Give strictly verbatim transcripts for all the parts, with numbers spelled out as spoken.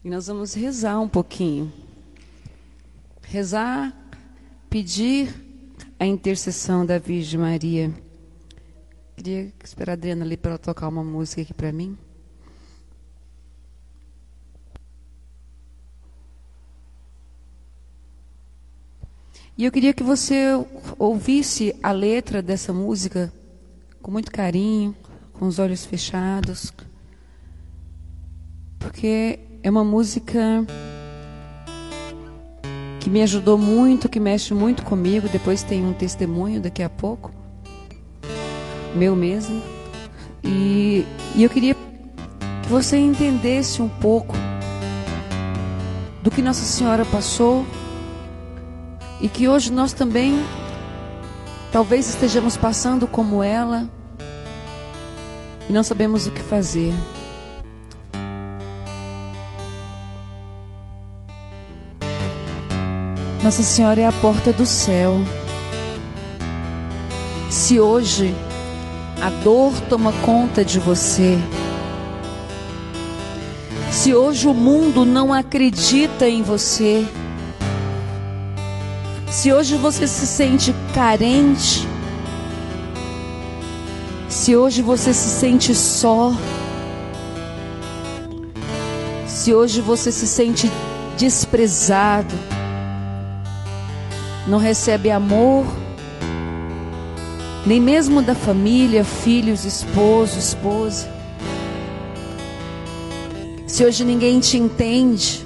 E nós vamos rezar um pouquinho. Rezar, pedir a intercessão da Virgem Maria. Queria esperar a Adriana ali para ela tocar uma música aqui para mim. E eu queria que você ouvisse a letra dessa música com muito carinho, com os olhos fechados, porque é uma música que me ajudou muito, que mexe muito comigo. Depois tem um testemunho daqui a pouco, meu mesmo. E, e eu queria que você entendesse um pouco do que Nossa Senhora passou, e que hoje nós também talvez estejamos passando como ela e não sabemos o que fazer. Nossa Senhora é a porta do céu. Se hoje a dor toma conta de você, se hoje o mundo não acredita em você, se hoje você se sente carente, se hoje você se sente só, se hoje você se sente desprezado, não recebe amor, nem mesmo da família, filhos, esposo, esposa, se hoje ninguém te entende,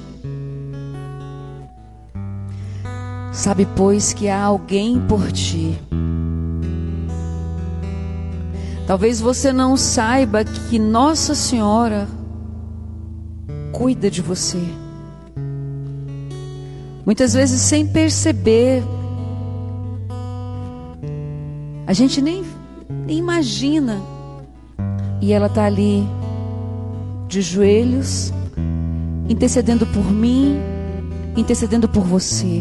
sabe, pois, que há alguém por ti. Talvez você não saiba que Nossa Senhora cuida de você. Muitas vezes sem perceber. A gente nem, nem imagina. E ela está ali, de joelhos, intercedendo por mim, intercedendo por você.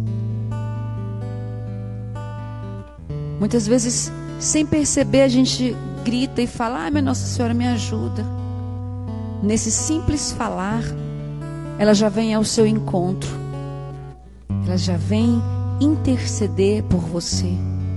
Muitas vezes, sem perceber, a gente grita e fala: ai, minha Nossa Senhora, me ajuda. Nesse simples falar, ela já vem ao seu encontro. Ela já vem interceder por você.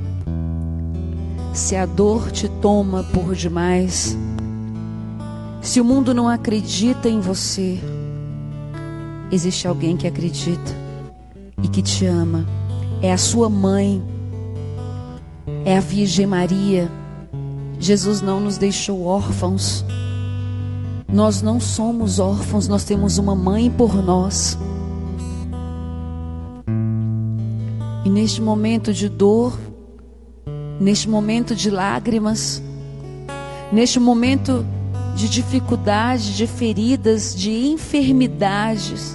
Se a dor te toma por demais, se o mundo não acredita em você, existe alguém que acredita e que te ama. É a sua mãe. É a Virgem Maria. Jesus não nos deixou órfãos. Nós não somos órfãos, nós temos uma mãe por nós. E neste momento de dor, neste momento de lágrimas, neste momento de dificuldade, de feridas, de enfermidades,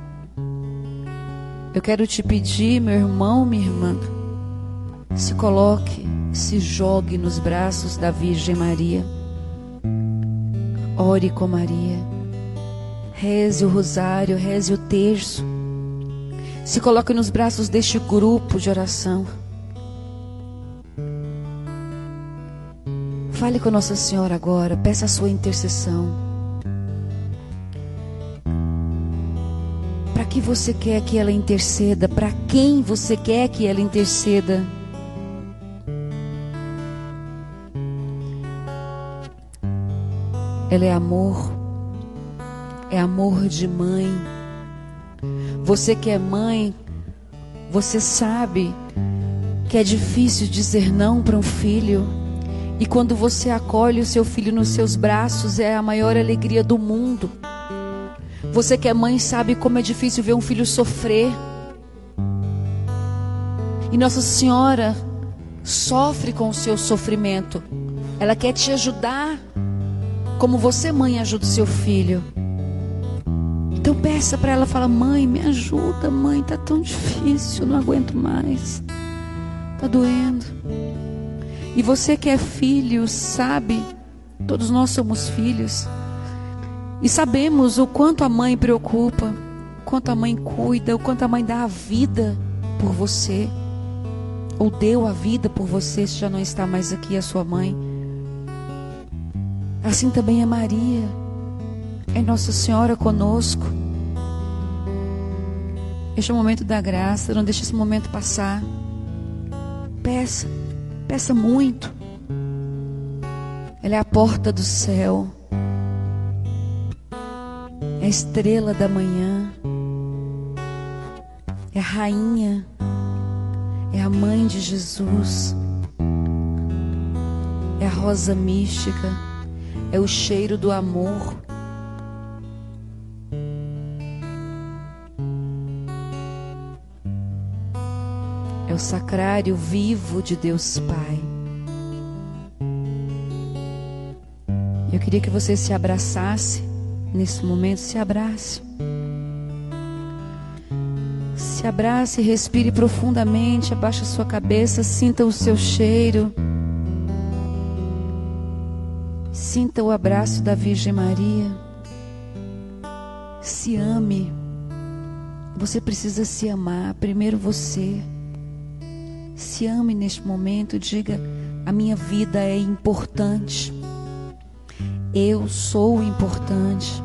eu quero te pedir, meu irmão, minha irmã, se coloque, se jogue nos braços da Virgem Maria. Ore com Maria. Reze o rosário, reze o terço. Se coloque nos braços deste grupo de oração. Fale com Nossa Senhora agora, peça a sua intercessão. Para que você quer que ela interceda? Para quem você quer que ela interceda? Ela é amor, é amor de mãe. Você que é mãe, você sabe que é difícil dizer não para um filho. E quando você acolhe o seu filho nos seus braços, é a maior alegria do mundo. Você que é mãe sabe como é difícil ver um filho sofrer. E Nossa Senhora sofre com o seu sofrimento. Ela quer te ajudar, como você, mãe, ajuda o seu filho. Então peça para ela, fala: mãe, me ajuda, mãe, tá tão difícil, não aguento mais, tá doendo. E você que é filho sabe, todos nós somos filhos, e sabemos o quanto a mãe preocupa, o quanto a mãe cuida, o quanto a mãe dá a vida por você, ou deu a vida por você, se já não está mais aqui a sua mãe. Assim também é Maria, é Nossa Senhora conosco. Este é o momento da graça. Não deixe esse momento passar. Peça, peça muito. Ela é a porta do céu, é a estrela da manhã, é a rainha, é a mãe de Jesus, é a rosa mística, é o cheiro do amor. É o sacrário vivo de Deus Pai. Eu queria que você se abraçasse nesse momento. Se abrace. Se abrace, respire profundamente, abaixe a sua cabeça, sinta o seu cheiro. Sinta o abraço da Virgem Maria. Se ame. Você precisa se amar. Primeiro você. Se ame neste momento, diga: a minha vida é importante. Eu sou importante.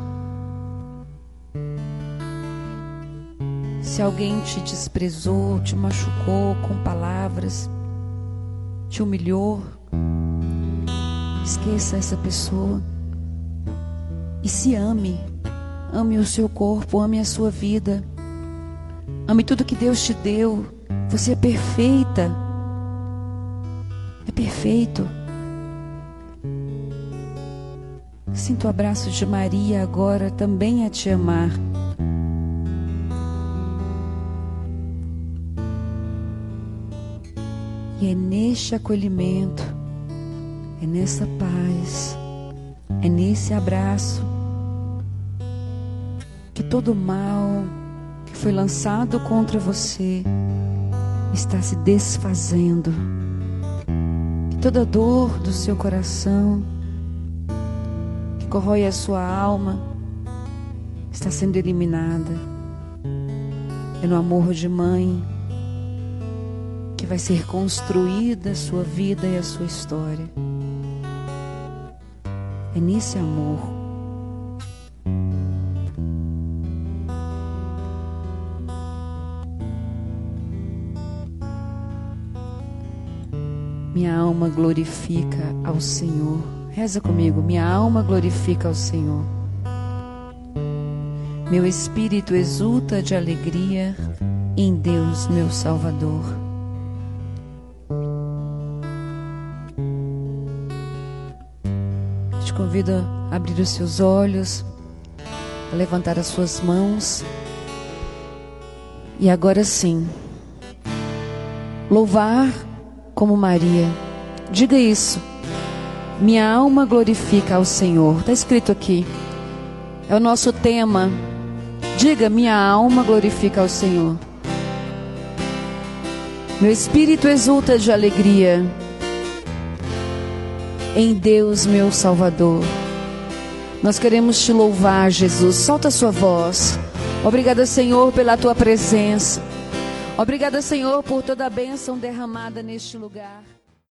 Se alguém te desprezou, te machucou com palavras, te humilhou, esqueça essa pessoa e se ame. Ame o seu corpo, ame a sua vida. Ame tudo que Deus te deu. Você é perfeita. É perfeito. Sinta o abraço de Maria agora também a te amar. E é neste acolhimento, é nessa paz, é nesse abraço que todo mal que foi lançado contra você está se desfazendo. Que toda dor do seu coração que corrói a sua alma está sendo eliminada. É no amor de mãe que vai ser construída a sua vida e a sua história. É nesse amor. Minha alma glorifica ao Senhor. Reza comigo. Minha alma glorifica ao Senhor. Meu espírito exulta de alegria em Deus, meu Salvador. Te convido a abrir os seus olhos, a levantar as suas mãos. E agora sim, louvar como Maria. Diga isso. Minha alma glorifica ao Senhor. Está escrito aqui. É o nosso tema. Diga: minha alma glorifica ao Senhor. Meu espírito exulta de alegria em Deus, meu Salvador. Nós queremos te louvar, Jesus. Solta a sua voz. Obrigada, Senhor, pela tua presença. Obrigada, Senhor, por toda a bênção derramada neste lugar.